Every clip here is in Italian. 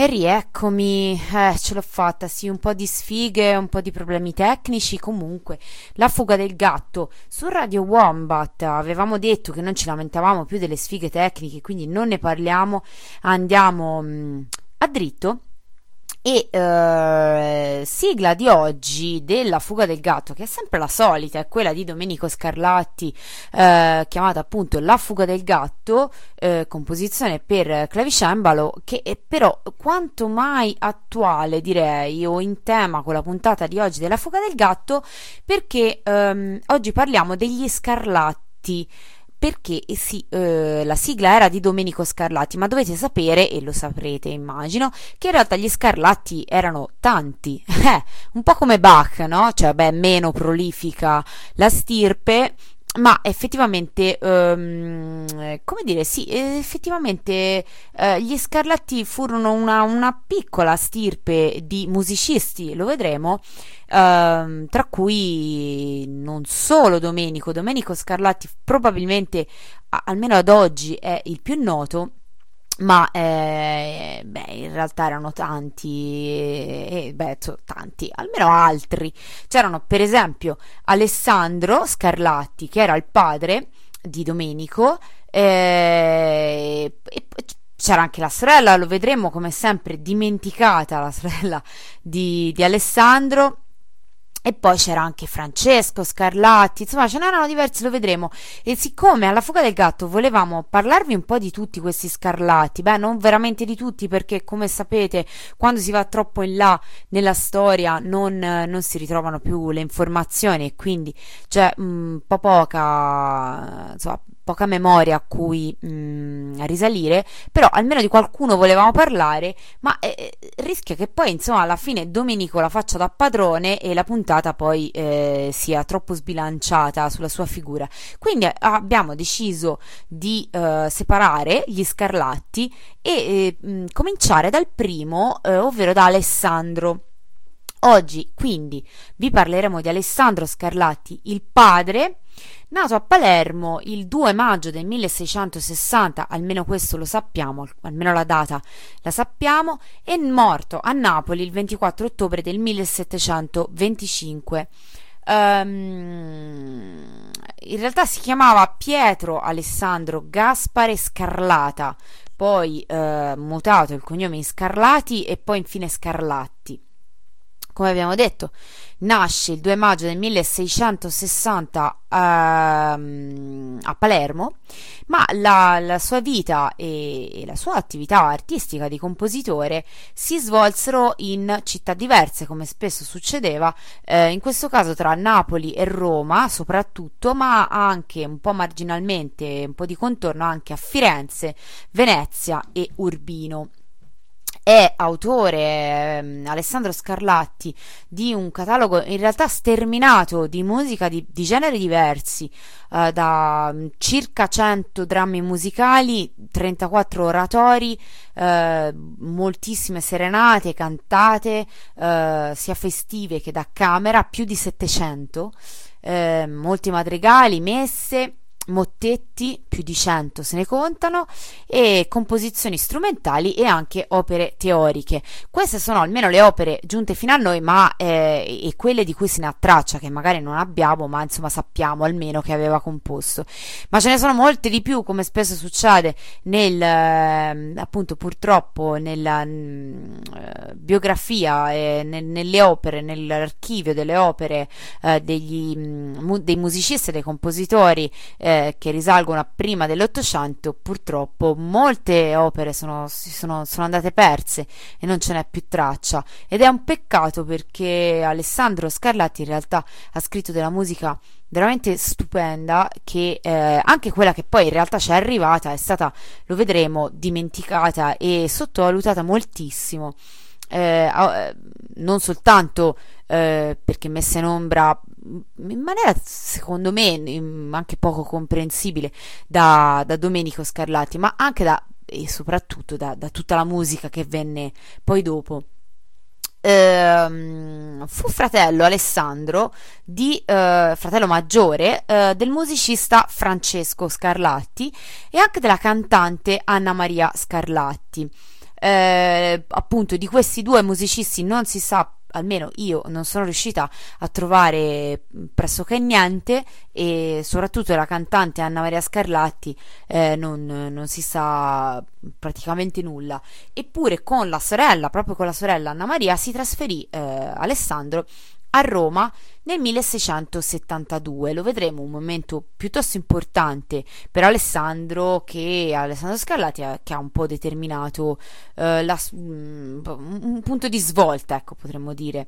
rieccomi, ce l'ho fatta, sì, un po' di sfighe, un po' di problemi tecnici, comunque, La fuga del gatto. Su Radio Wombat avevamo detto che non ci lamentavamo più delle sfighe tecniche, quindi non ne parliamo, andiamo a dritto. E sigla di oggi della fuga del gatto, che è sempre la solita, è quella di Domenico Scarlatti, chiamata appunto La fuga del gatto, composizione per clavicembalo, che è però quanto mai attuale, direi, o in tema con la puntata di oggi della fuga del gatto, perché oggi parliamo degli Scarlatti. Perché sì, la sigla era di Domenico Scarlatti, ma dovete sapere, e lo saprete immagino, che in realtà gli Scarlatti erano tanti, un po' come Bach, no? Cioè, beh, meno prolifica la stirpe, ma effettivamente, come dire, sì, effettivamente gli Scarlatti furono una piccola stirpe di musicisti, lo vedremo, tra cui non solo Domenico Scarlatti probabilmente, almeno ad oggi, è il più noto. Ma beh, in realtà erano tanti, tanti, almeno altri. C'erano per esempio Alessandro Scarlatti, che era il padre di Domenico, e c'era anche la sorella, lo vedremo come sempre dimenticata, la sorella di Alessandro. E poi c'era anche Francesco Scarlatti, insomma ce n'erano diversi, lo vedremo. E siccome alla fuga del gatto volevamo parlarvi un po' di tutti questi Scarlatti, beh, non veramente di tutti, perché come sapete quando si va troppo in là nella storia non si ritrovano più le informazioni, e quindi c'è un po' poca memoria a cui risalire, però almeno di qualcuno volevamo parlare, ma rischia che poi insomma alla fine Domenico la faccia da padrone e la puntata poi sia troppo sbilanciata sulla sua figura. Quindi abbiamo deciso di separare gli Scarlatti e cominciare dal primo, ovvero da Alessandro. Oggi quindi vi parleremo di Alessandro Scarlatti, il padre, nato a Palermo il 2 maggio del 1660, almeno questo lo sappiamo, almeno la data la sappiamo, e morto a Napoli il 24 ottobre del 1725. In realtà si chiamava Pietro Alessandro Gaspare Scarlata, poi mutato il cognome in Scarlati e poi infine Scarlatti. Come abbiamo detto, nasce il 2 maggio del 1660 a Palermo, ma la sua vita e la sua attività artistica di compositore si svolsero in città diverse, come spesso succedeva, in questo caso tra Napoli e Roma soprattutto, ma anche un po' marginalmente, un po' di contorno anche a Firenze, Venezia e Urbino. È autore Alessandro Scarlatti di un catalogo in realtà sterminato di musica di generi diversi, da circa 100 drammi musicali, 34 oratori, moltissime serenate cantate, sia festive che da camera, più di 700, molti madrigali, messe, mottetti, più di 100 se ne contano, e composizioni strumentali e anche opere teoriche. Queste sono almeno le opere giunte fino a noi, ma e quelle di cui se ne ha traccia, che magari non abbiamo, ma insomma sappiamo almeno che aveva composto. Ma ce ne sono molte di più, come spesso succede appunto purtroppo nella biografia, nelle opere, nell'archivio delle opere dei musicisti e dei compositori che risalgono a prima dell'Ottocento. Purtroppo molte opere sono andate perse e non ce n'è più traccia, ed è un peccato, perché Alessandro Scarlatti in realtà ha scritto della musica veramente stupenda, che anche quella che poi in realtà ci è arrivata è stata, lo vedremo, dimenticata e sottovalutata moltissimo, non soltanto perché messa in ombra in maniera secondo me anche poco comprensibile da Domenico Scarlatti, ma anche e soprattutto da tutta la musica che venne poi dopo. Fu fratello Alessandro fratello maggiore del musicista Francesco Scarlatti e anche della cantante Anna Maria Scarlatti. appunto di questi due musicisti non si sa, almeno io non sono riuscita a trovare pressoché niente, e soprattutto la cantante Anna Maria Scarlatti non si sa praticamente nulla. Eppure con la sorella, proprio con la sorella Anna Maria, si trasferì Alessandro a Roma nel 1672. Lo vedremo un momento piuttosto importante per Alessandro, che Alessandro Scarlatti che ha un po' determinato un punto di svolta, ecco, potremmo dire,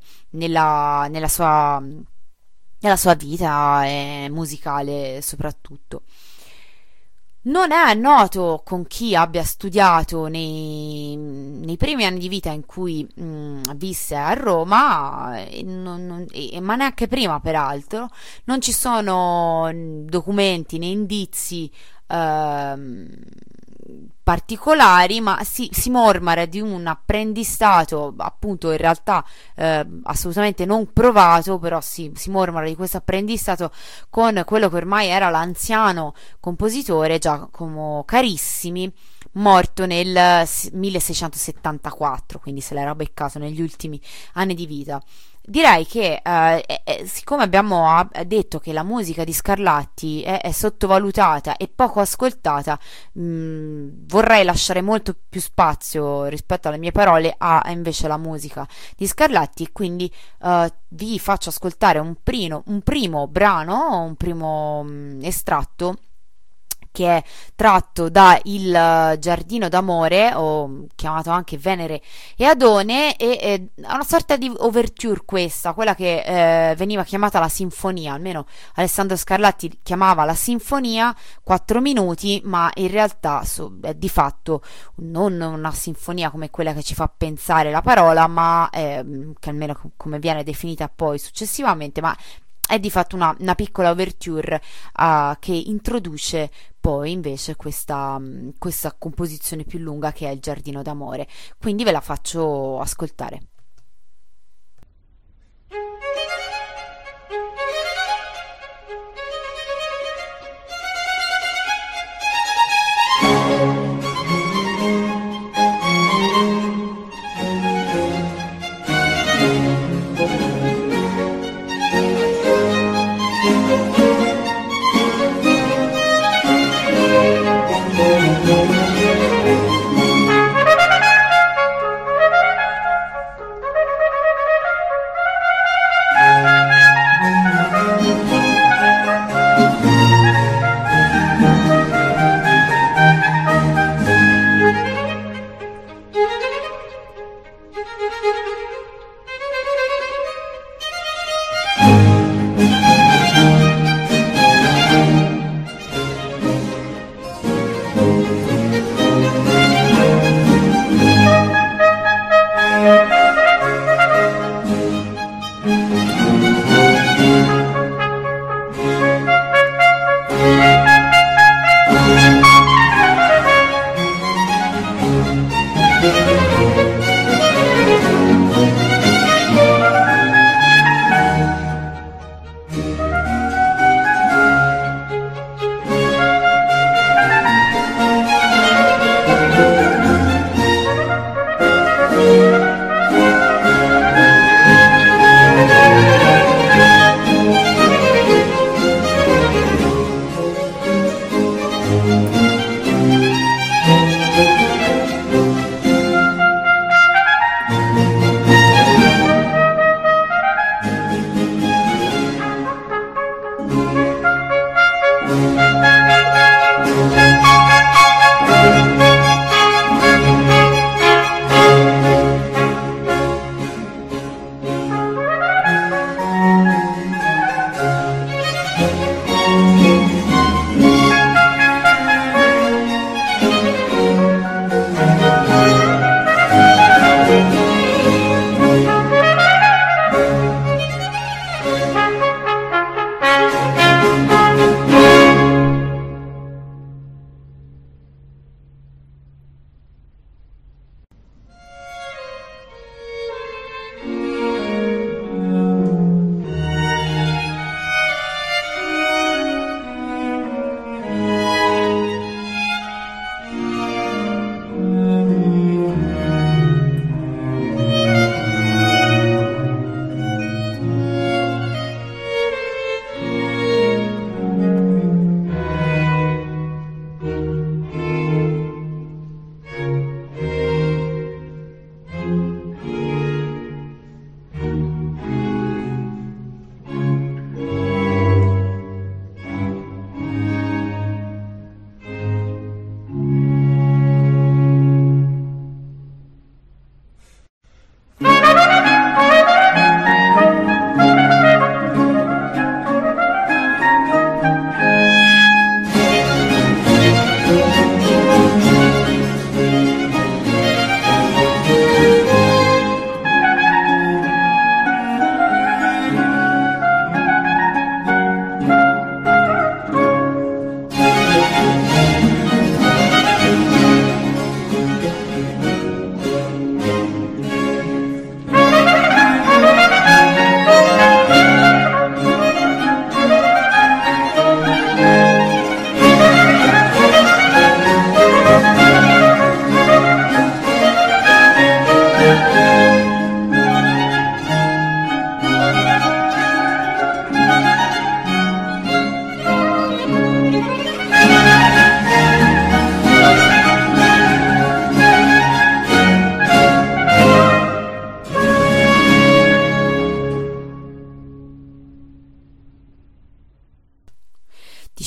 nella sua vita musicale soprattutto. Non è noto con chi abbia studiato nei primi anni di vita in cui visse a Roma, ma neanche prima, peraltro. Non ci sono documenti né indizi ehm, particolari, ma si mormora di un apprendistato, appunto, in realtà assolutamente non provato, però si mormora di questo apprendistato con quello che ormai era l'anziano compositore Giacomo Carissimi, morto nel 1674, quindi se l'era beccato negli ultimi anni di vita. Direi che siccome abbiamo detto che la musica di Scarlatti è sottovalutata e poco ascoltata, vorrei lasciare molto più spazio rispetto alle mie parole a invece la musica di Scarlatti, e quindi vi faccio ascoltare un primo brano, un primo estratto, che è tratto da Il Giardino d'Amore, o chiamato anche Venere e Adone, e è una sorta di overture questa, quella che veniva chiamata la sinfonia, almeno Alessandro Scarlatti chiamava la sinfonia, 4 minuti, ma in realtà è di fatto non una sinfonia come quella che ci fa pensare la parola, ma che almeno come viene definita poi successivamente, ma è di fatto una piccola overture che introduce poi invece questa composizione più lunga, che è Il Giardino d'Amore. Quindi ve la faccio ascoltare.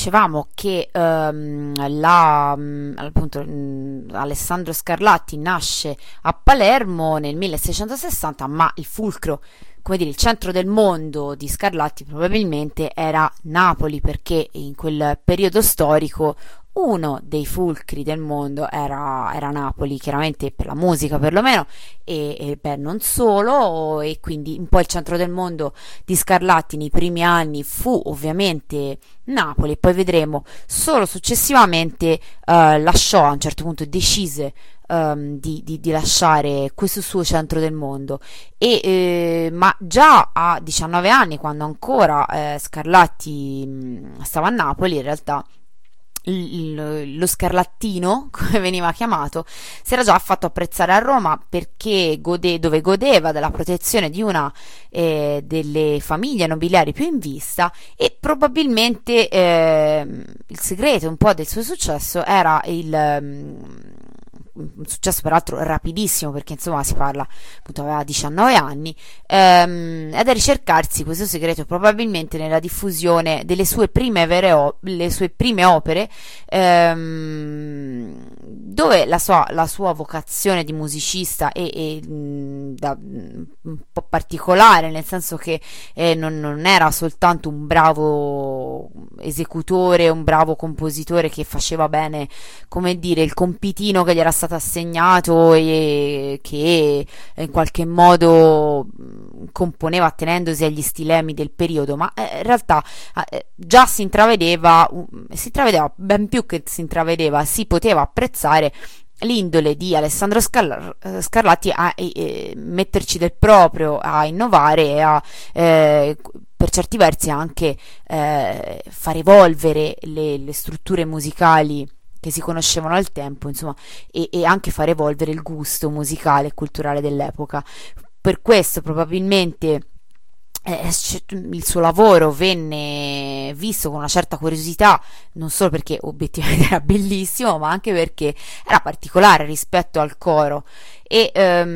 dicevamo che appunto, Alessandro Scarlatti nasce a Palermo nel 1660, ma il fulcro, come dire, il centro del mondo di Scarlatti probabilmente era Napoli, perché in quel periodo storico uno dei fulcri del mondo era Napoli, chiaramente per la musica perlomeno, e beh, non solo, e quindi un po' il centro del mondo di Scarlatti nei primi anni fu ovviamente Napoli. Poi vedremo, solo successivamente lasciò, a un certo punto decise di lasciare questo suo centro del mondo, ma già a 19 anni, quando ancora Scarlatti stava a Napoli, in realtà lo scarlattino, come veniva chiamato, si era già fatto apprezzare a Roma, perché dove godeva della protezione di una delle famiglie nobiliari più in vista, e probabilmente il segreto un po' del suo successo era un successo peraltro rapidissimo, perché insomma si parla, appunto, aveva 19 anni, ed a ricercarsi questo segreto probabilmente nella diffusione delle sue prime le sue prime opere, dove la sua vocazione di musicista è un po' particolare, nel senso che non era soltanto un bravo esecutore, un bravo compositore che faceva bene, come dire, il compitino che gli era stato assegnato e che in qualche modo componeva attenendosi agli stilemi del periodo, ma in realtà già si intravedeva, ben più che si intravedeva, si poteva apprezzare l'indole di Alessandro Scarlatti a metterci del proprio, a innovare e a per certi versi anche far evolvere le strutture musicali che si conoscevano al tempo, insomma, e anche far evolvere il gusto musicale e culturale dell'epoca. Per questo probabilmente il suo lavoro venne visto con una certa curiosità, non solo perché obiettivamente era bellissimo, ma anche perché era particolare rispetto al coro. E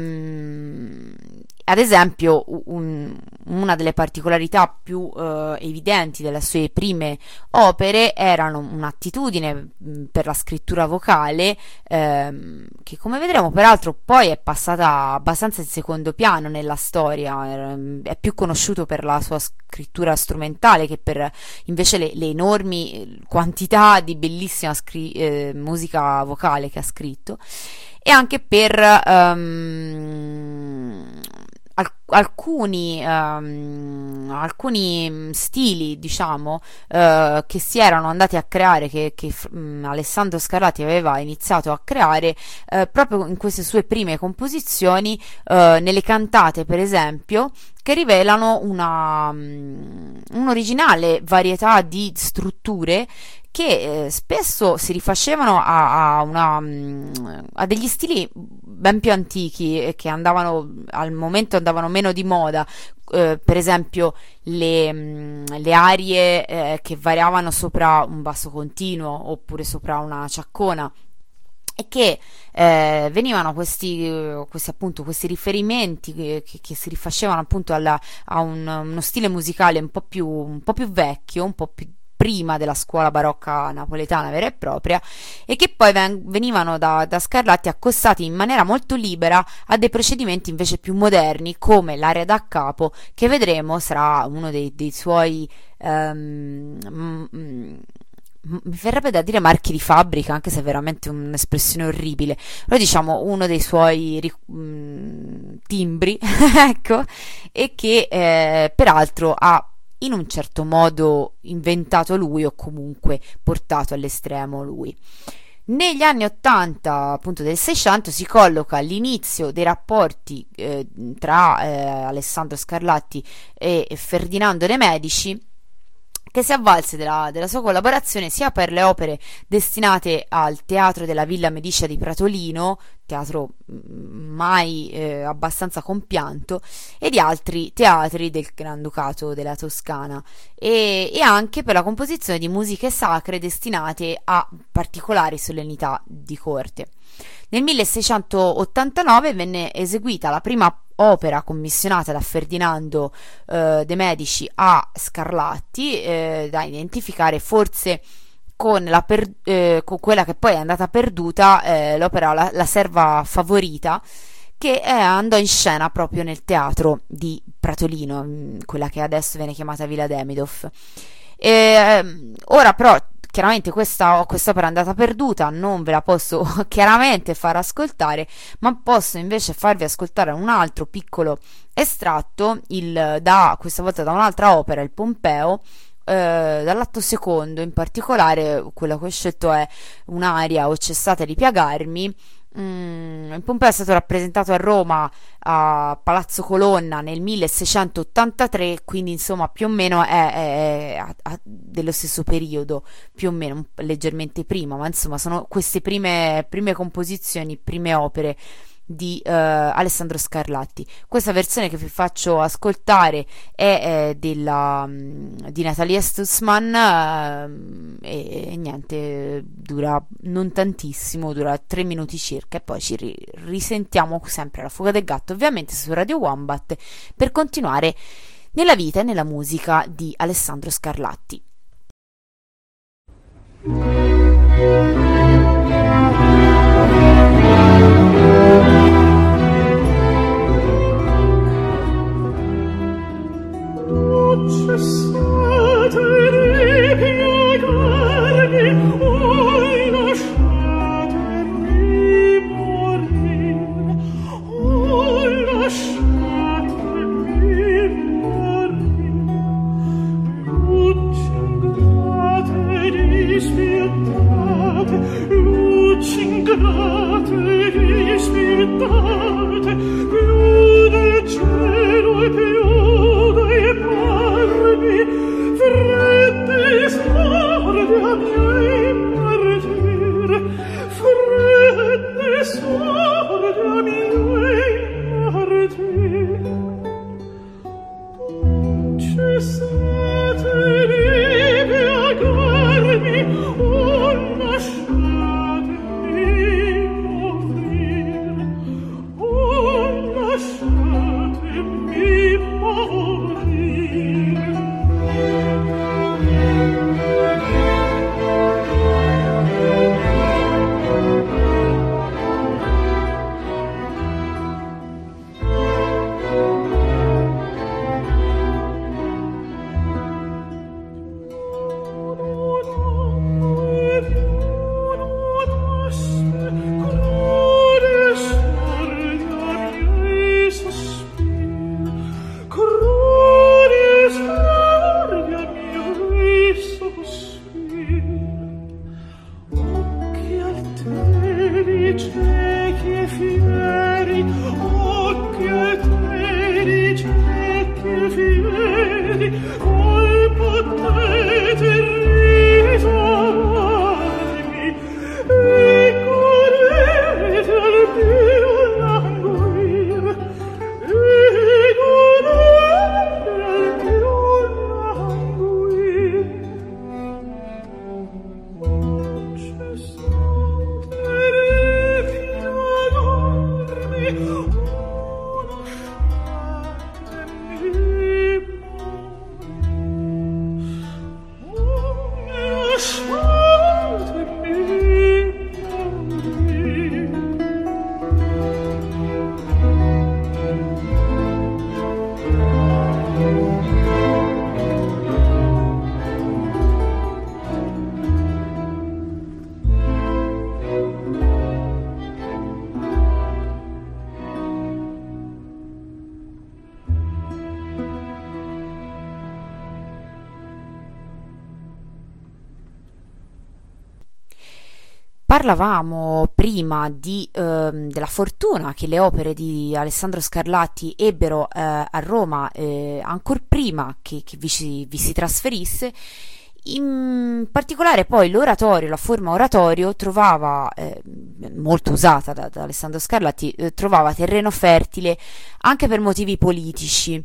ad esempio una delle particolarità più evidenti delle sue prime opere erano un'attitudine per la scrittura vocale, che, come vedremo, peraltro poi è passata abbastanza in secondo piano nella storia. È più conosciuto per la sua scrittura strumentale che per invece le enormi quantità di bellissima musica vocale che ha scritto, e anche per alcuni stili, diciamo, che si erano andati a creare, che Alessandro Scarlatti aveva iniziato a creare proprio in queste sue prime composizioni, nelle cantate per esempio, che rivelano un'originale varietà di strutture che spesso si rifacevano a degli stili ben più antichi e che al momento andavano meno di moda. Per esempio le arie che variavano sopra un basso continuo oppure sopra una ciaccona, e che venivano questi riferimenti che si rifacevano appunto a uno stile musicale un po' più vecchio, un po' più prima della scuola barocca napoletana vera e propria, e che poi venivano da Scarlatti accostati in maniera molto libera a dei procedimenti invece più moderni, come l'aria da capo, che vedremo sarà uno dei suoi mi verrebbe da dire marchi di fabbrica, anche se è veramente un'espressione orribile, però diciamo uno dei suoi timbri ecco, e che peraltro ha in un certo modo inventato lui, o comunque portato all'estremo lui. Negli anni 80, appunto, del 600 si colloca l'inizio dei rapporti tra Alessandro Scarlatti e Ferdinando De Medici, che si avvalse della sua collaborazione sia per le opere destinate al teatro della Villa Medicea di Pratolino, teatro mai abbastanza compianto, e di altri teatri del Granducato della Toscana, e anche per la composizione di musiche sacre destinate a particolari solennità di corte. Nel 1689 venne eseguita la prima opera commissionata da Ferdinando De Medici a Scarlatti, da identificare forse con, con quella che poi è andata perduta, l'opera la serva favorita, che andò in scena proprio nel teatro di Pratolino, quella che adesso viene chiamata Villa Demidov. Ora però chiaramente quest'opera è andata perduta, non ve la posso chiaramente far ascoltare, ma posso invece farvi ascoltare un altro piccolo estratto, questa volta da un'altra opera, il Pompeo, dall'atto secondo. In particolare quello che ho scelto è un'aria "O cessate di piagarmi". Il Pompeo è stato rappresentato a Roma a Palazzo Colonna nel 1683, quindi insomma più o meno è dello stesso periodo, più o meno leggermente prima, ma insomma sono queste prime composizioni, prime opere di Alessandro Scarlatti. Questa versione che vi faccio ascoltare è di Natalia Stutzman, e niente, dura non tantissimo, dura 3 minuti circa, e poi ci risentiamo sempre alla Fuga del Gatto, ovviamente su Radio Wombat, per continuare nella vita e nella musica di Alessandro Scarlatti. Cessate di piegarmi, oi lasciatemi morir, oi lasciatemi morir. Luci ingrate dispietate, luci ingrate dispietate, più del cielo e più dei parmi, fredde sordi a miei martir, fredde sordi a miei martir. Cessate di piegarmi, o lasciatemi morir, o lasciatemi morir. Parlavamo prima della fortuna che le opere di Alessandro Scarlatti ebbero a Roma, ancor prima che vi si trasferisse. In particolare poi l'oratorio, la forma oratorio trovava, molto usata da Alessandro Scarlatti, trovava terreno fertile anche per motivi politici.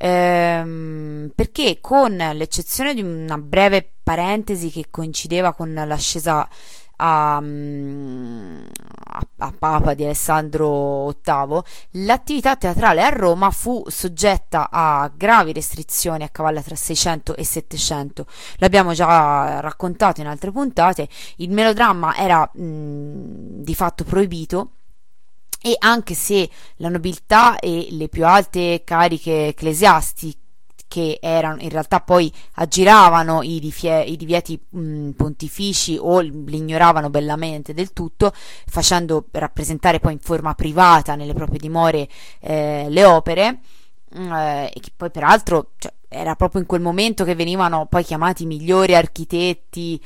Perché, con l'eccezione di una breve parentesi che coincideva con l'ascesa a Papa di Alessandro VIII, l'attività teatrale a Roma fu soggetta a gravi restrizioni a cavallo tra 600 e 700. L'abbiamo già raccontato in altre puntate. Il melodramma era di fatto proibito, e anche se la nobiltà e le più alte cariche ecclesiastiche, che erano in realtà poi aggiravano i divieti pontifici o li ignoravano bellamente del tutto, facendo rappresentare poi in forma privata nelle proprie dimore le opere, e che poi peraltro, cioè, era proprio in quel momento che venivano poi chiamati i migliori architetti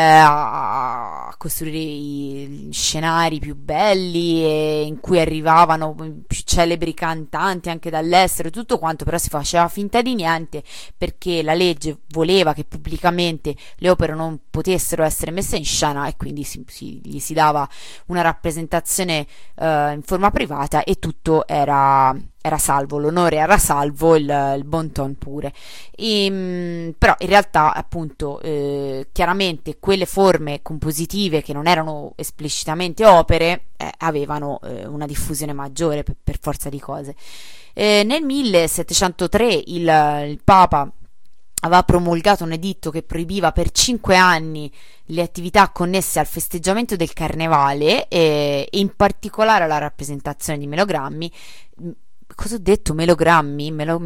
a costruire i scenari più belli, e in cui arrivavano più celebri cantanti anche dall'estero, tutto quanto, però si faceva finta di niente, perché la legge voleva che pubblicamente le opere non potessero essere messe in scena, e quindi gli si dava una rappresentazione in forma privata, e tutto era salvo, l'onore era salvo, il bon ton pure. Però in realtà, appunto, chiaramente quelle forme compositive che non erano esplicitamente opere avevano una diffusione maggiore per forza di cose. Nel 1703 il Papa aveva promulgato un editto che proibiva per 5 anni le attività connesse al festeggiamento del carnevale, e in particolare alla rappresentazione di melogrammi. Cosa ho detto? Melograni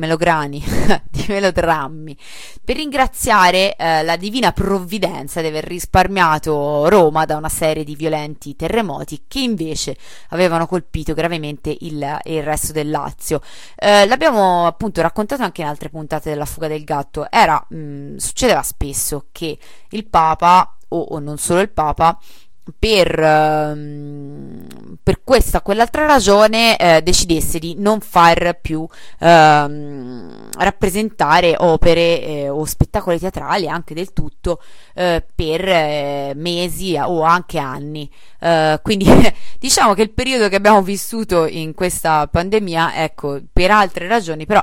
di melodrammi, per ringraziare la divina provvidenza di aver risparmiato Roma da una serie di violenti terremoti che invece avevano colpito gravemente il resto del Lazio. L'abbiamo appunto raccontato anche in altre puntate della Fuga del Gatto. Succedeva spesso che il Papa, o non solo il Papa, per questa o quell'altra ragione decidesse di non far più rappresentare opere o spettacoli teatrali anche del tutto per mesi o anche anni. Quindi diciamo che il periodo che abbiamo vissuto in questa pandemia, ecco, per altre ragioni, però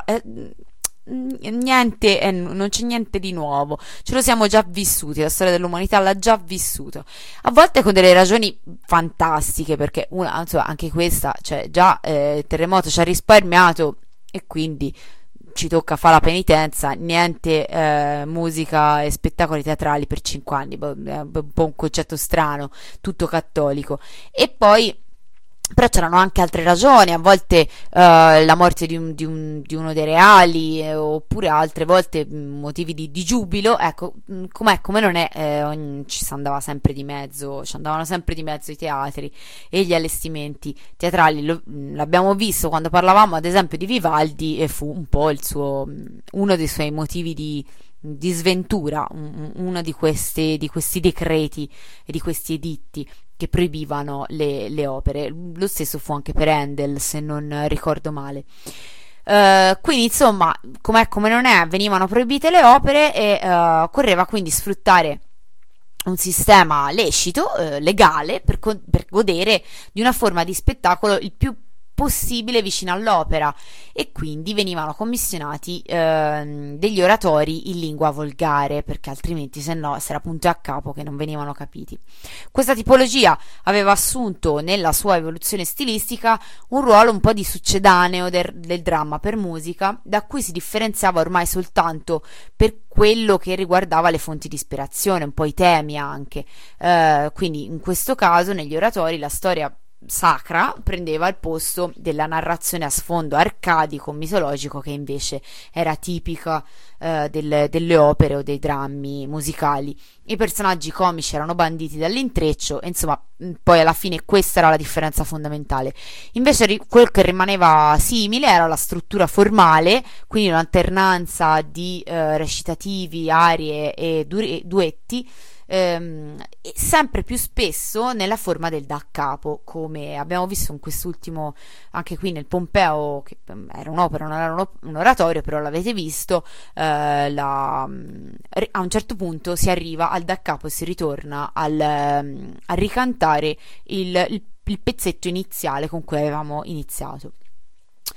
niente, non c'è niente di nuovo, ce lo siamo già vissuti, la storia dell'umanità l'ha già vissuto, a volte con delle ragioni fantastiche, perché insomma, anche questa, cioè già il terremoto ci ha risparmiato, e quindi ci tocca fare la penitenza, niente musica e spettacoli teatrali per 5 anni, è un po' un concetto strano, tutto cattolico. E poi però c'erano anche altre ragioni, a volte la morte di uno dei reali, oppure altre volte motivi di giubilo. Ecco, come non è, ci andavano sempre di mezzo i teatri e gli allestimenti teatrali. L'abbiamo visto quando parlavamo ad esempio di Vivaldi, e fu un po' uno dei suoi motivi di sventura, uno di questi decreti e di questi editti che proibivano le opere. Lo stesso fu anche per Handel, se non ricordo male. Quindi insomma, come non è, venivano proibite le opere, e occorreva quindi sfruttare un sistema lecito, legale, per godere di una forma di spettacolo il più possibile vicino all'opera, e quindi venivano commissionati degli oratori in lingua volgare, perché altrimenti se no si era punto e a capo che non venivano capiti. Questa tipologia aveva assunto nella sua evoluzione stilistica un ruolo un po' di succedaneo del dramma per musica, da cui si differenziava ormai soltanto per quello che riguardava le fonti di ispirazione, un po' i temi anche. Quindi in questo caso negli oratori la storia sacra prendeva il posto della narrazione a sfondo arcadico mitologico, che invece era tipica delle opere o dei drammi musicali. I personaggi comici erano banditi dall'intreccio, e insomma poi alla fine questa era la differenza fondamentale. Invece quel che rimaneva simile era la struttura formale, quindi un'alternanza di recitativi, arie e duetti, sempre più spesso nella forma del da capo, come abbiamo visto in quest'ultimo, anche qui nel Pompeo, che era un'opera, non era un oratorio, però l'avete visto. A un certo punto si arriva al da capo e si ritorna a ricantare il pezzetto iniziale con cui avevamo iniziato.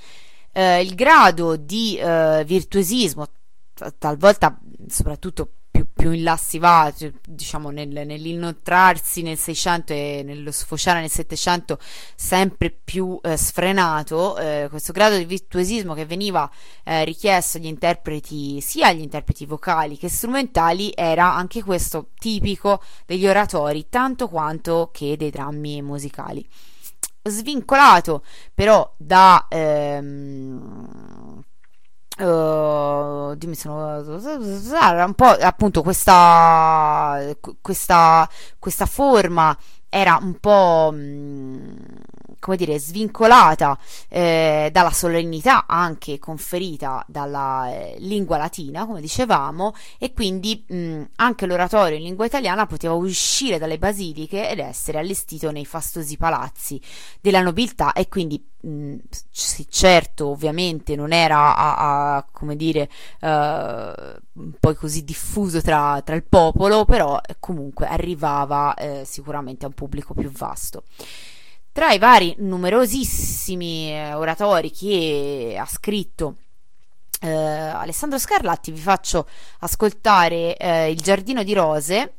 Il grado di virtuosismo, talvolta soprattutto più in là si va, cioè, diciamo nell'inoltrarsi nel 600 e nello sfociare nel 700 sempre più sfrenato, questo grado di virtuosismo che veniva richiesto agli interpreti, sia agli interpreti vocali che strumentali, era anche questo tipico degli oratori tanto quanto che dei drammi musicali. Svincolato però da dimmi se era un po' appunto questa forma era un po' come dire svincolata dalla solennità anche conferita dalla lingua latina, come dicevamo, e quindi anche l'oratorio in lingua italiana poteva uscire dalle basiliche ed essere allestito nei fastosi palazzi della nobiltà, e quindi sì, certo, ovviamente non era come dire poi così diffuso tra il popolo, però comunque arrivava sicuramente a un pubblico più vasto. Tra i vari numerosissimi oratori che ha scritto Alessandro Scarlatti, vi faccio ascoltare Il Giardino di Rose,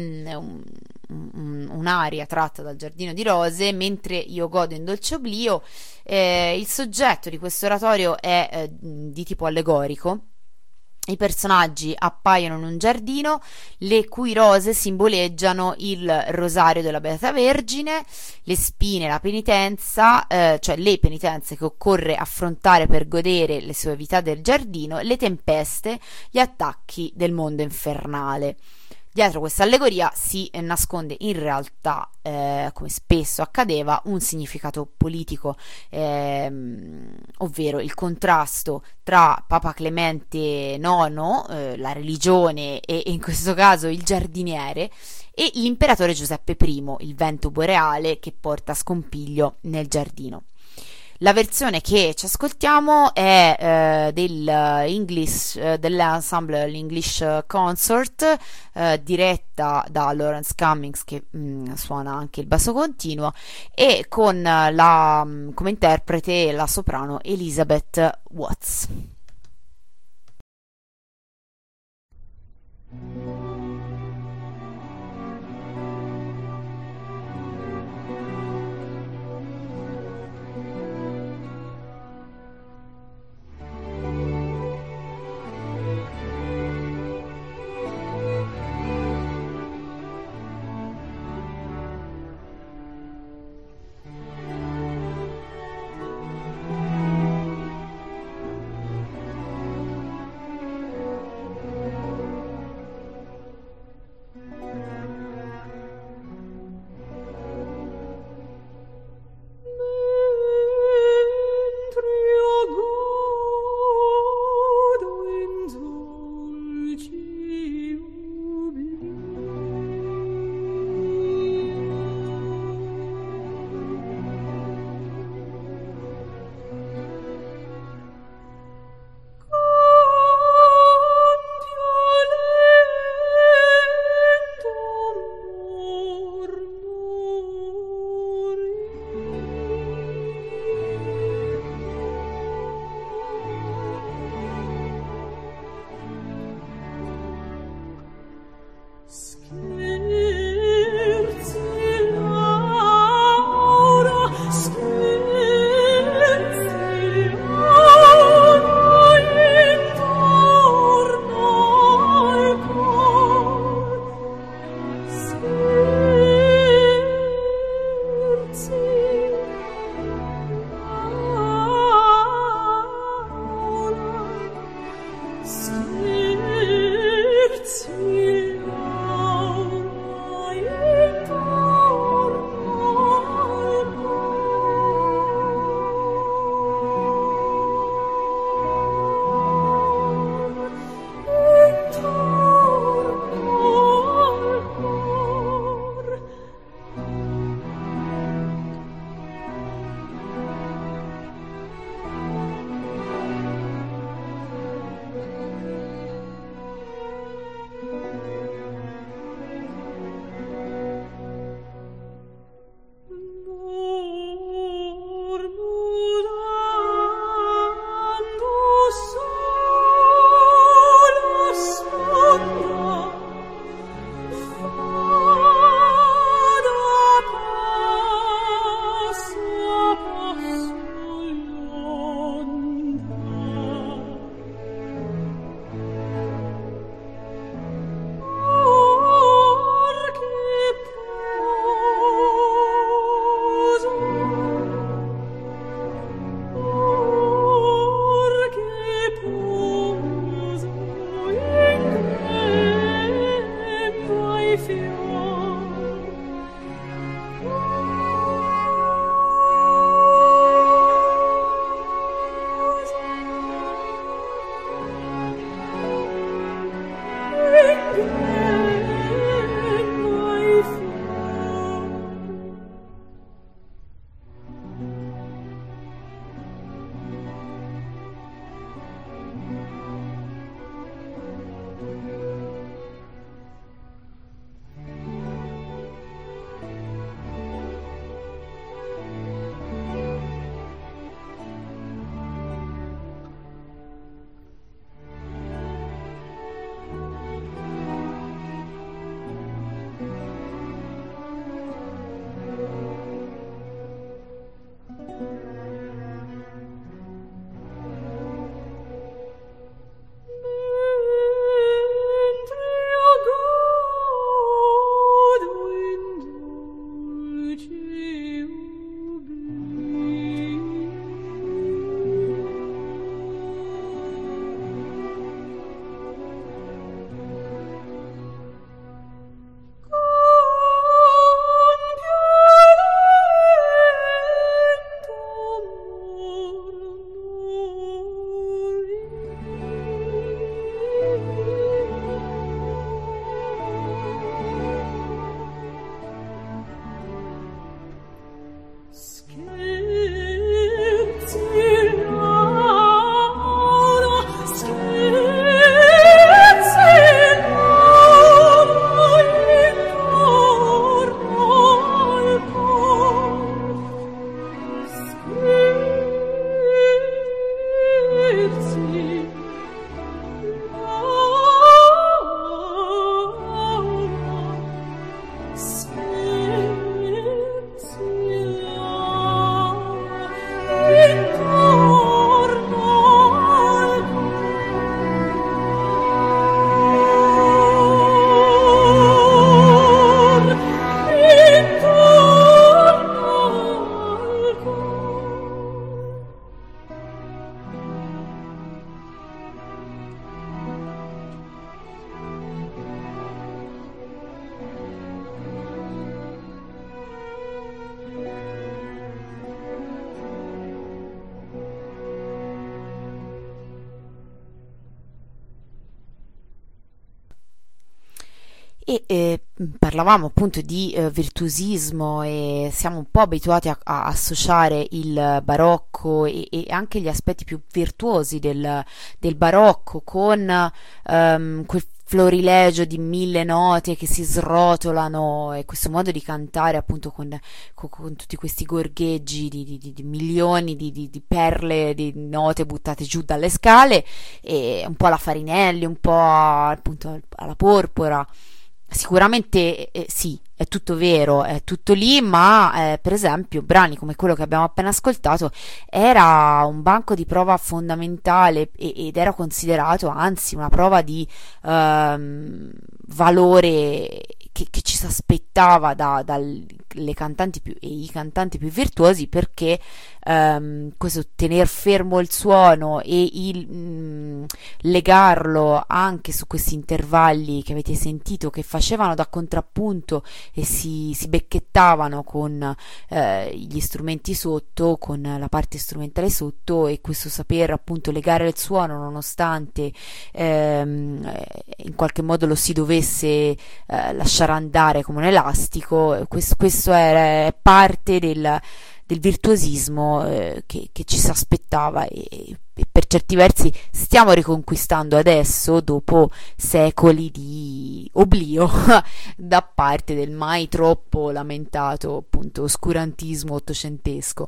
un'aria tratta dal Giardino di Rose, mentre io godo in dolce oblio. Il soggetto di questo oratorio è di tipo allegorico. I personaggi appaiono in un giardino, le cui rose simboleggiano il rosario della Beata Vergine, le spine, la penitenza, cioè le penitenze che occorre affrontare per godere le soavità del giardino, le tempeste, gli attacchi del mondo infernale. Dietro questa allegoria si nasconde in realtà, come spesso accadeva, un significato politico, ovvero il contrasto tra Papa Clemente IX, la religione e in questo caso il giardiniere, e l'imperatore Giuseppe I, il vento boreale che porta scompiglio nel giardino. La che ci ascoltiamo è dell'ensemble l'English Consort, diretta da Lawrence Cummings, che suona anche il basso continuo, e con come interprete la soprano Elizabeth Watts. Parlavamo appunto di virtuosismo, e siamo un po' abituati a associare il barocco e anche gli aspetti più virtuosi del barocco con quel florilegio di mille note che si srotolano, e questo modo di cantare appunto con tutti questi gorgheggi di milioni di perle, di note buttate giù dalle scale, e un po' alla Farinelli, un po' appunto alla Porpora. Sicuramente sì, è tutto vero, è tutto lì, ma per esempio brani come quello che abbiamo appena ascoltato era un banco di prova fondamentale, ed era considerato anzi una prova di valore che ci si aspettava dalle cantanti più, e i cantanti più virtuosi, perché questo tener fermo il suono e legarlo anche su questi intervalli che avete sentito, che facevano da contrappunto e si becchettavano con gli strumenti sotto, con la parte strumentale sotto, e questo saper appunto legare il suono nonostante in qualche modo lo si dovesse lasciare andare come un elastico. Questo è parte del virtuosismo che ci si aspettava, e per certi versi stiamo riconquistando adesso, dopo secoli di oblio da parte del mai troppo lamentato appunto oscurantismo ottocentesco.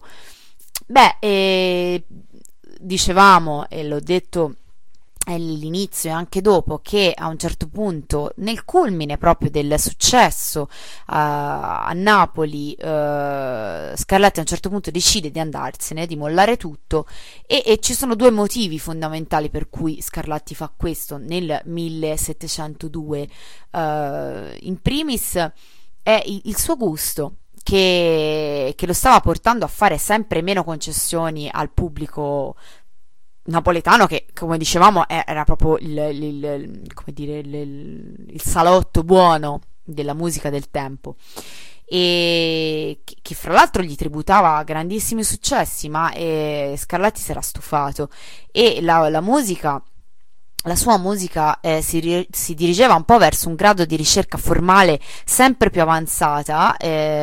Dicevamo, e l'ho detto all'inizio e anche dopo, che a un certo punto, nel culmine proprio del successo a Napoli, Scarlatti a un certo punto decide di andarsene, di mollare tutto, e ci sono due motivi fondamentali per cui Scarlatti fa questo nel 1702. In primis è il suo gusto, che lo stava portando a fare sempre meno concessioni al pubblico napoletano, che come dicevamo era proprio il salotto buono della musica del tempo, e che fra l'altro gli tributava grandissimi successi, ma Scarlatti si era stufato, e la musica, la sua musica si dirigeva un po' verso un grado di ricerca formale sempre più avanzata,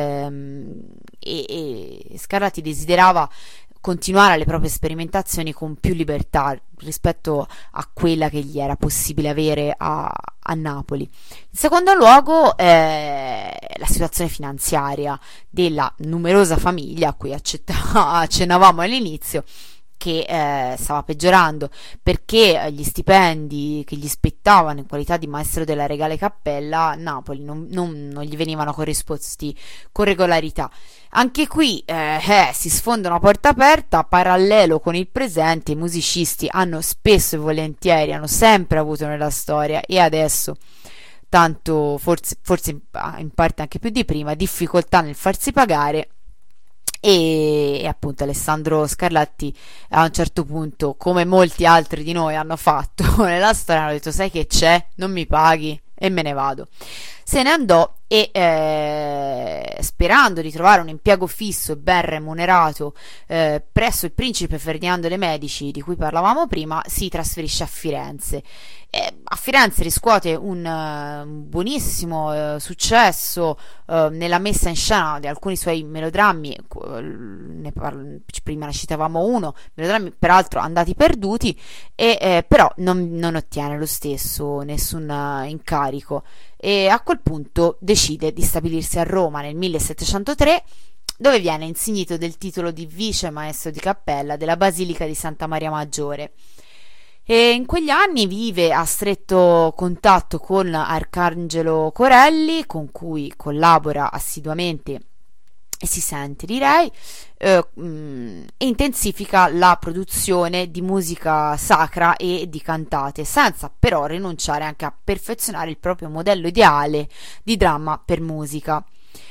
e Scarlatti desiderava continuare le proprie sperimentazioni con più libertà rispetto a quella che gli era possibile avere a Napoli. In secondo luogo, la situazione finanziaria della numerosa famiglia a cui accennavamo all'inizio, che stava peggiorando, perché gli stipendi che gli spettavano in qualità di maestro della Regale Cappella a Napoli non gli venivano corrisposti con regolarità. Anche qui si sfonda una porta aperta. Parallelo con il presente, i musicisti hanno spesso e volentieri, hanno sempre avuto nella storia, e adesso tanto forse in parte anche più di prima, difficoltà nel farsi pagare. E appunto Alessandro Scarlatti a un certo punto, come molti altri di noi hanno fatto nella storia, hanno detto: sai che c'è, non mi paghi e me ne vado. Se ne andò, e sperando di trovare un impiego fisso e ben remunerato presso il principe Ferdinando de' Medici, di cui parlavamo prima, si trasferisce a Firenze. A Firenze riscuote un buonissimo successo nella messa in scena di alcuni suoi melodrammi. Prima ne citavamo uno, melodrammi peraltro andati perduti, però non ottiene lo stesso nessun incarico, e a quel punto decide di stabilirsi a Roma nel 1703, dove viene insignito del titolo di vice maestro di cappella della Basilica di Santa Maria Maggiore. E in quegli anni vive a stretto contatto con Arcangelo Corelli, con cui collabora assiduamente e si sente, direi, e intensifica la produzione di musica sacra e di cantate, senza però rinunciare anche a perfezionare il proprio modello ideale di dramma per musica.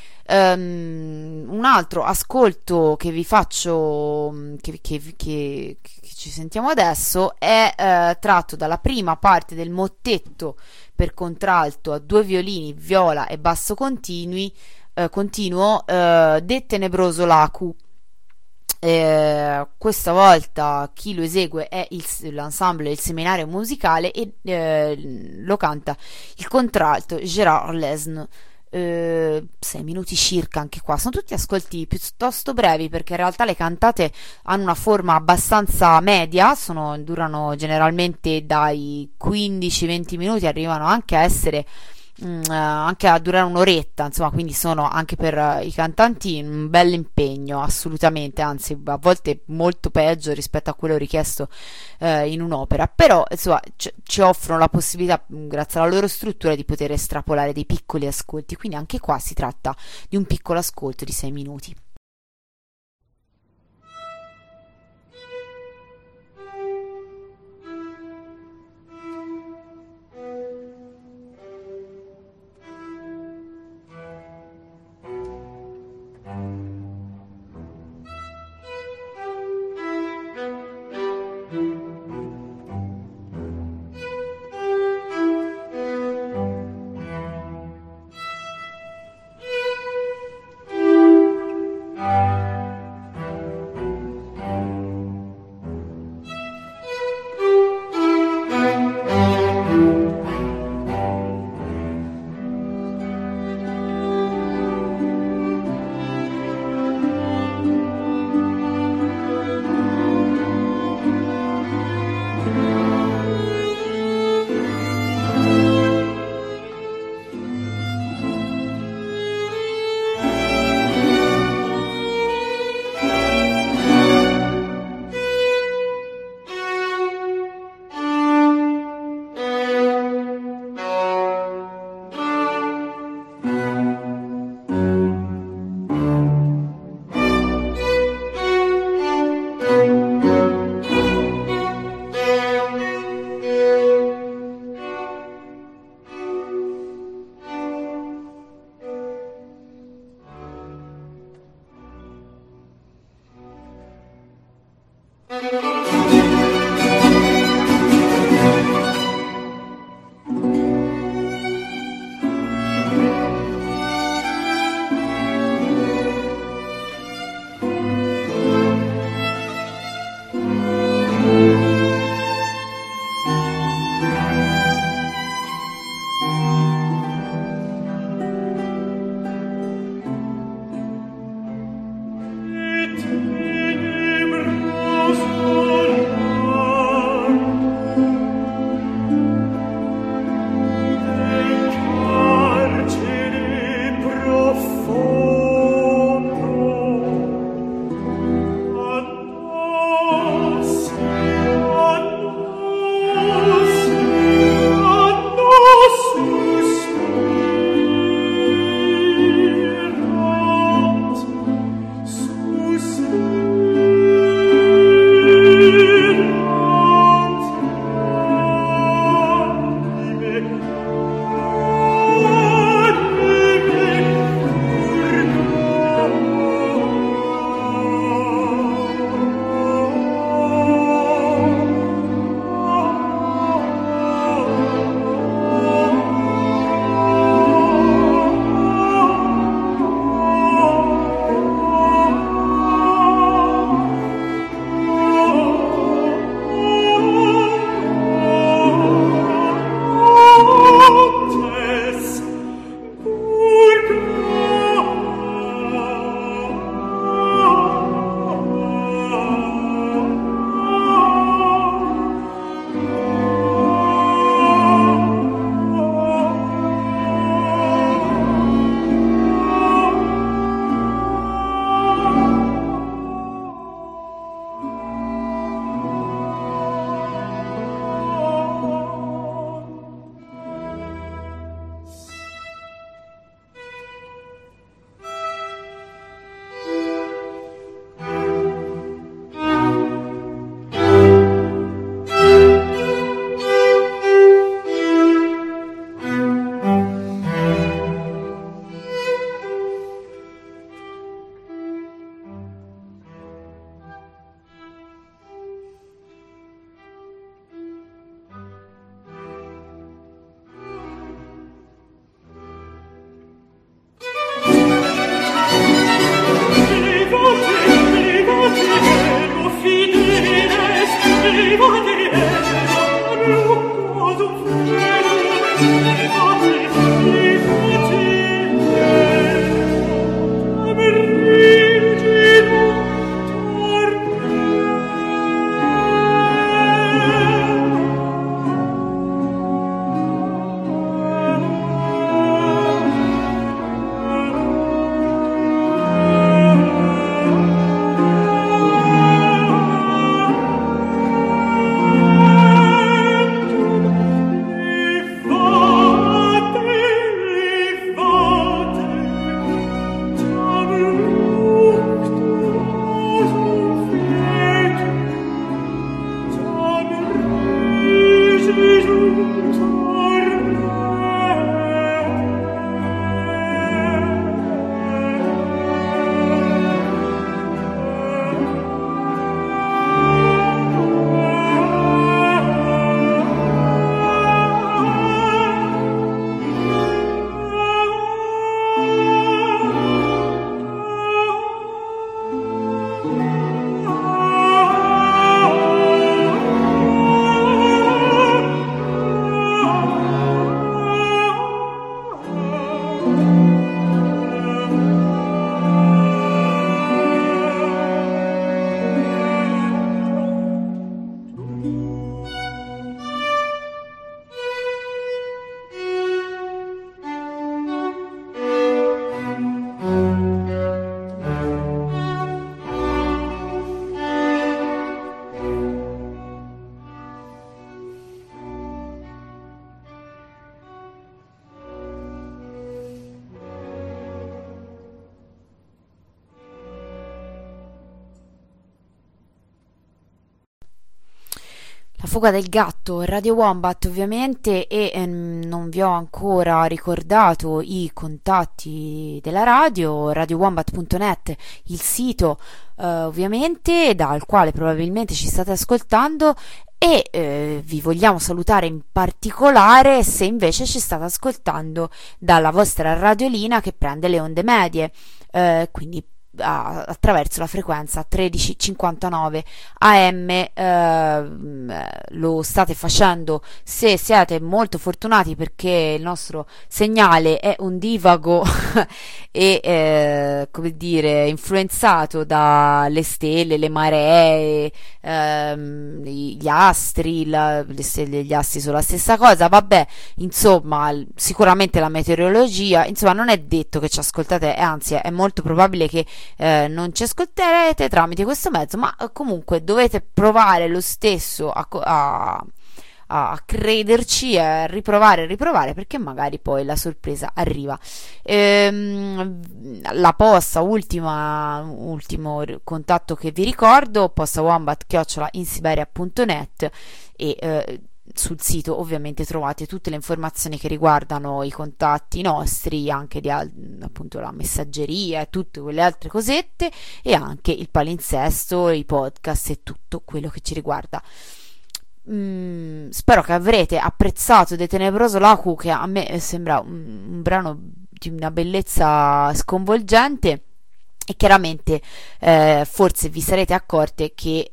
Un altro ascolto che vi faccio, che ci sentiamo adesso, è tratto dalla prima parte del mottetto per contralto a due violini, viola e basso continuo, De Tenebroso Lacu, Questa volta chi lo esegue è l'ensemble Il Seminario Musicale e lo canta il contralto Gérard Lesne. 6 minuti circa anche qua, sono tutti ascolti piuttosto brevi perché in realtà le cantate hanno una forma abbastanza media, durano generalmente dai 15-20 minuti, arrivano anche a essere anche a durare un'oretta, insomma, quindi sono anche per i cantanti un bel impegno, assolutamente, anzi, a volte molto peggio rispetto a quello richiesto in un'opera, però insomma ci offrono la possibilità, grazie alla loro struttura, di poter estrapolare dei piccoli ascolti, quindi anche qua si tratta di un piccolo ascolto di 6 minuti. La fuga del gatto, Radio Wombat ovviamente, e non vi ho ancora ricordato i contatti della radio, radiowombat.net, il sito ovviamente dal quale probabilmente ci state ascoltando, e vi vogliamo salutare in particolare se invece ci state ascoltando dalla vostra radiolina che prende le onde medie, quindi attraverso la frequenza 1359 AM. Lo state facendo se siete molto fortunati, perché il nostro segnale è ondivago e come dire, influenzato dalle stelle, le maree, gli astri. Le stelle e gli astri sono la stessa cosa, vabbè, insomma, sicuramente la meteorologia, insomma, non è detto che ci ascoltate, anzi è molto probabile che non ci ascolterete tramite questo mezzo, ma comunque dovete provare lo stesso a crederci, a riprovare, perché magari poi la sorpresa arriva. La posta, ultimo contatto che vi ricordo, postawombat@insiberia.net, e sul sito ovviamente trovate tutte le informazioni che riguardano i contatti nostri, anche di appunto la messaggeria e tutte quelle altre cosette, e anche il palinsesto, i podcast e tutto quello che ci riguarda. Spero che avrete apprezzato De Tenebroso Lacu, che a me sembra un brano di una bellezza sconvolgente, e chiaramente forse vi sarete accorte che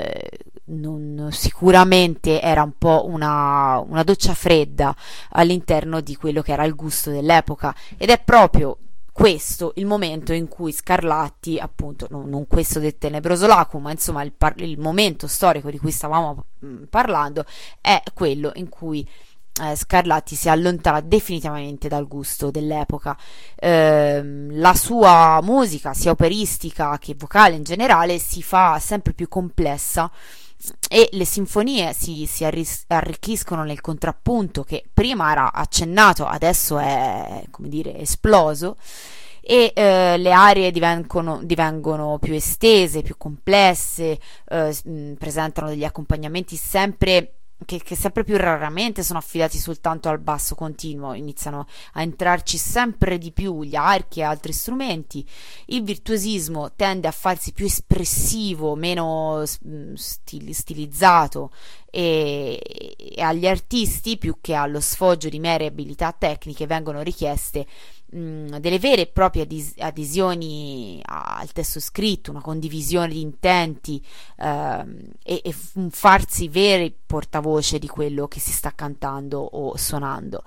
sicuramente era un po' una doccia fredda all'interno di quello che era il gusto dell'epoca, ed è proprio questo il momento in cui Scarlatti, appunto, non questo del Tenebroso Lacu, ma insomma il momento storico di cui stavamo parlando, è quello in cui Scarlatti si allontana definitivamente dal gusto dell'epoca. La sua musica, sia operistica che vocale in generale, si fa sempre più complessa, e le sinfonie si arricchiscono nel contrappunto, che prima era accennato, adesso è, come dire, esploso, e le aree divengono più estese, più complesse, presentano degli accompagnamenti che sempre più raramente sono affidati soltanto al basso continuo, iniziano a entrarci sempre di più gli archi e altri strumenti. Il virtuosismo tende a farsi più espressivo, meno stilizzato, e agli artisti, più che allo sfoggio di mere abilità tecniche, vengono richieste delle vere e proprie adesioni al testo scritto, una condivisione di intenti, e un farsi veri portavoce di quello che si sta cantando o suonando.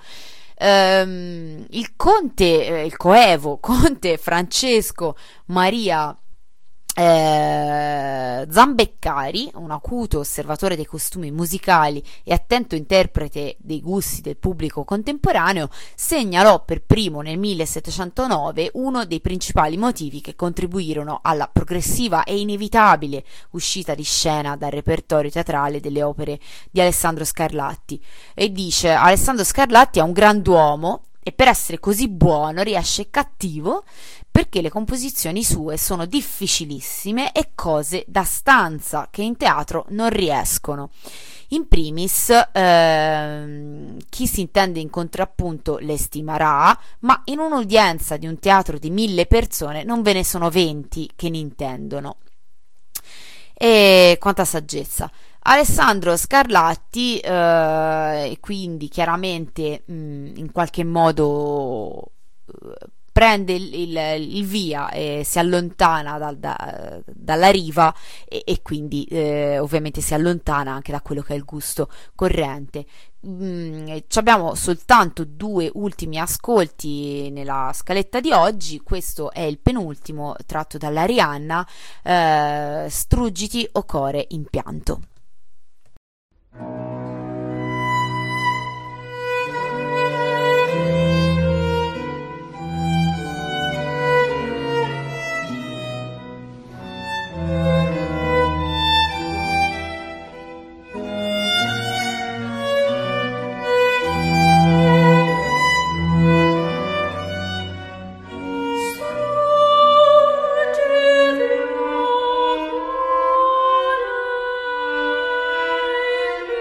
Il coevo conte Francesco Maria Zambeccari, un acuto osservatore dei costumi musicali e attento interprete dei gusti del pubblico contemporaneo, segnalò per primo nel 1709 uno dei principali motivi che contribuirono alla progressiva e inevitabile uscita di scena dal repertorio teatrale delle opere di Alessandro Scarlatti, e dice: Alessandro Scarlatti è un grand'uomo, e per essere così buono riesce cattivo, perché le composizioni sue sono difficilissime e cose da stanza che in teatro non riescono. In primis, chi si intende in contrappunto le stimerà, ma in un'udienza di un teatro di 1000 persone non ve ne sono 20 che ne intendono. E quanta saggezza! Alessandro Scarlatti, e quindi chiaramente in qualche modo prende il via e si allontana dalla riva, e quindi ovviamente si allontana anche da quello che è il gusto corrente. Abbiamo soltanto 2 ultimi ascolti nella scaletta di oggi. Questo è il penultimo, tratto dalla Rihanna, Struggiti o core in pianto. Struggiti o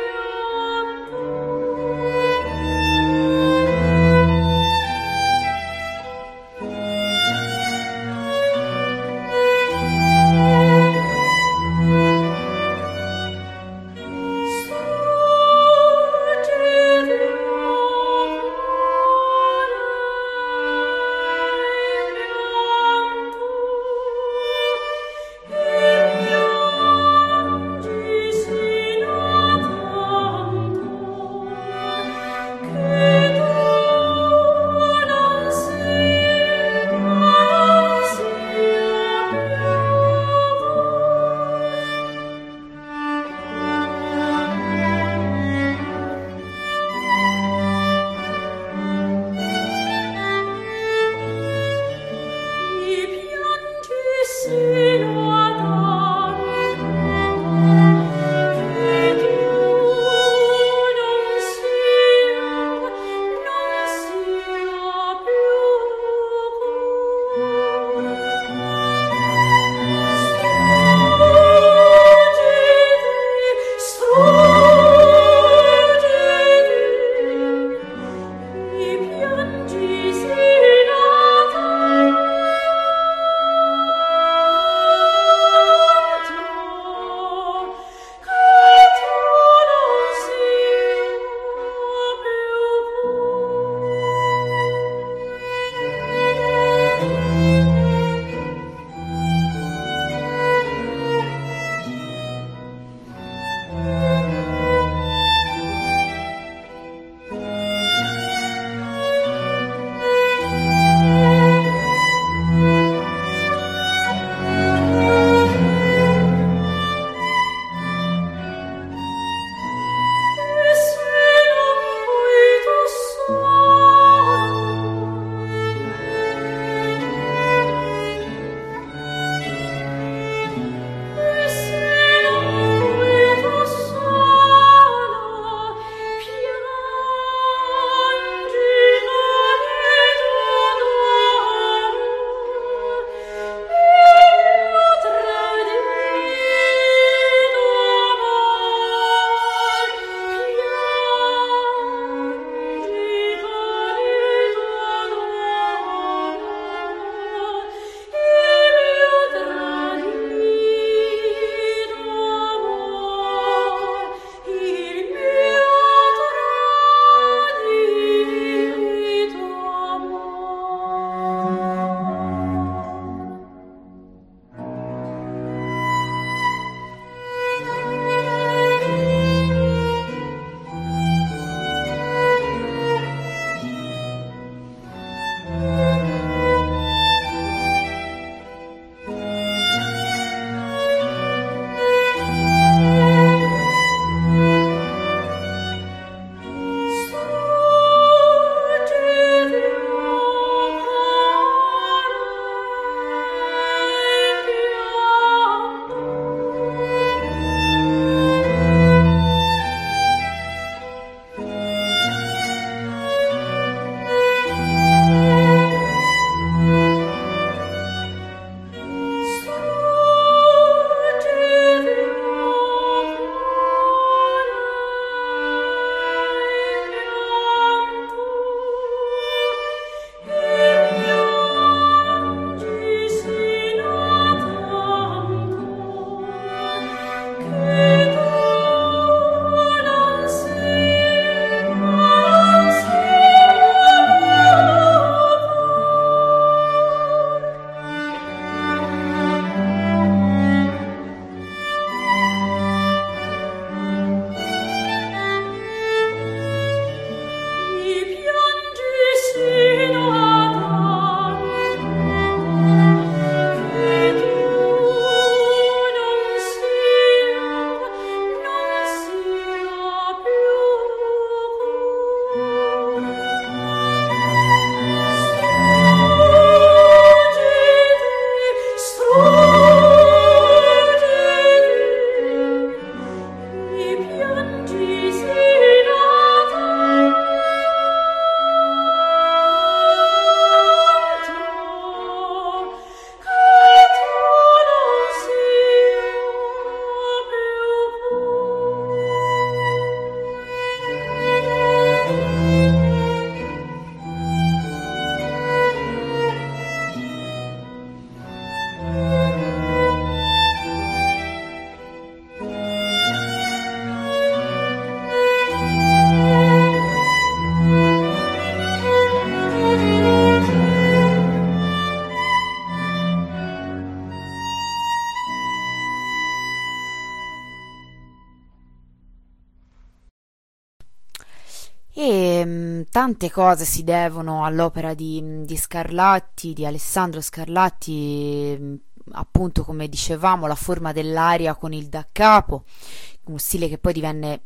E tante cose si devono all'opera di Scarlatti, di Alessandro Scarlatti, appunto come dicevamo, la forma dell'aria con il da capo, uno stile che poi divenne,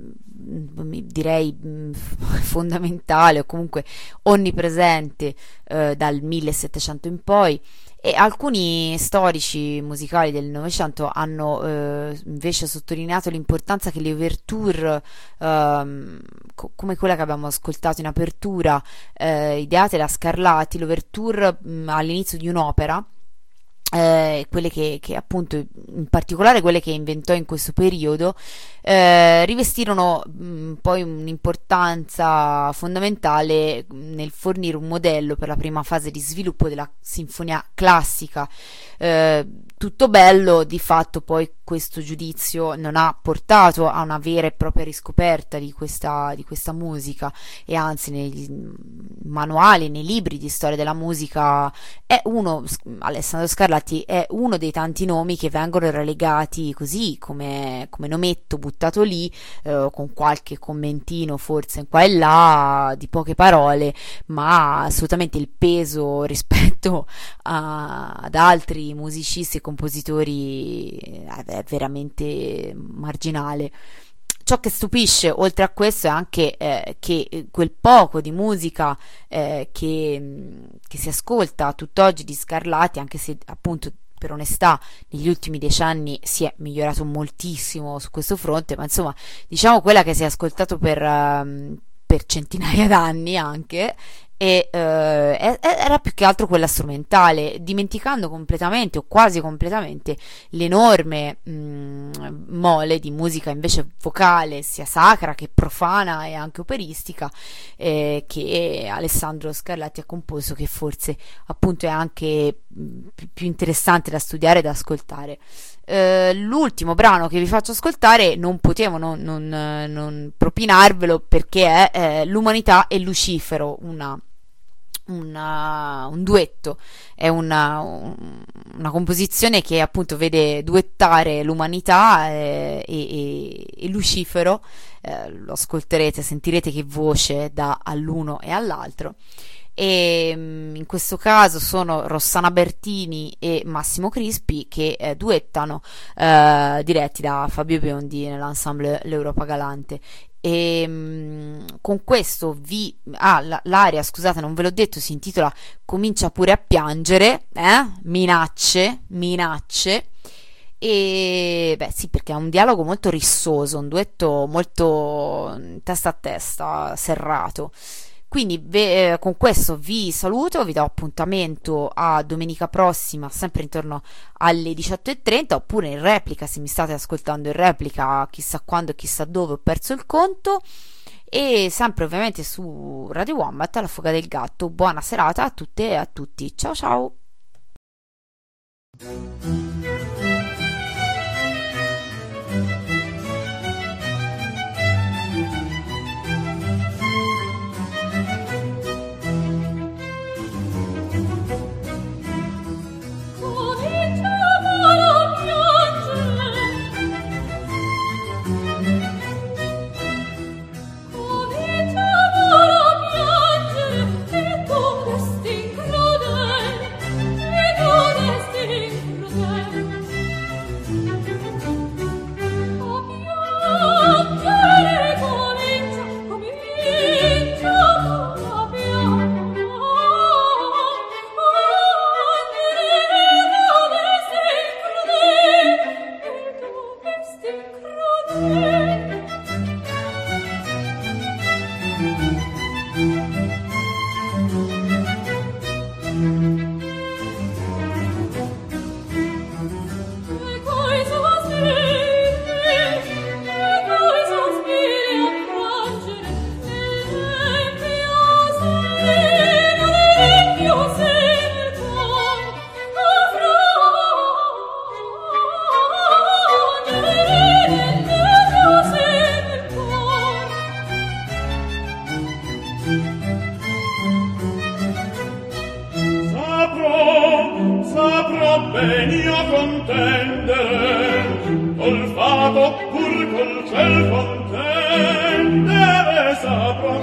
direi, fondamentale o comunque onnipresente dal 1700 in poi. E alcuni storici musicali del Novecento hanno invece sottolineato l'importanza che le ouverture, come quella che abbiamo ascoltato in apertura, ideate da Scarlatti, l'ouverture all'inizio di un'opera, quelle che appunto, in particolare quelle che inventò in questo periodo, rivestirono poi un'importanza fondamentale nel fornire un modello per la prima fase di sviluppo della sinfonia classica. Tutto bello, di fatto poi questo giudizio non ha portato a una vera e propria riscoperta di questa musica, e anzi nei manuali, nei libri di storia della musica Alessandro Scarlatti è uno dei tanti nomi che vengono relegati così come nometto buttato lì, con qualche commentino forse in qua e là di poche parole, ma assolutamente il peso rispetto ad altri musicisti e compositori è veramente marginale. Ciò che stupisce oltre a questo è anche che quel poco di musica che si ascolta tutt'oggi di Scarlatti, anche se appunto per onestà negli ultimi decenni si è migliorato moltissimo su questo fronte, ma insomma diciamo quella che si è ascoltato per centinaia d'anni anche, e era più che altro quella strumentale, dimenticando completamente o quasi completamente l'enorme mole di musica invece vocale, sia sacra che profana e anche operistica, che Alessandro Scarlatti ha composto, che forse appunto è anche più interessante da studiare e da ascoltare. L'ultimo brano che vi faccio ascoltare non potevo non propinarvelo, perché è L'umanità e Lucifero, un duetto, è una composizione che appunto vede duettare l'umanità e Lucifero. Lo ascolterete, sentirete che voce dà all'uno e all'altro, e in questo caso sono Rossana Bertini e Massimo Crispi che duettano, diretti da Fabio Biondi nell'ensemble L'Europa Galante. E con questo l'aria, scusate, non ve l'ho detto, si intitola Comincia pure a piangere, minacce, e beh sì, perché è un dialogo molto rissoso, un duetto molto testa a testa, serrato. Quindi con questo vi saluto, vi do appuntamento a domenica prossima, sempre intorno alle 18:30, oppure in replica, se mi state ascoltando in replica chissà quando e chissà dove, ho perso il conto, e sempre ovviamente su Radio Wombat, alla Fuga del Gatto. Buona serata a tutte e a tutti, ciao ciao. Col fato pur col ciel contendere saprò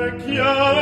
vecchia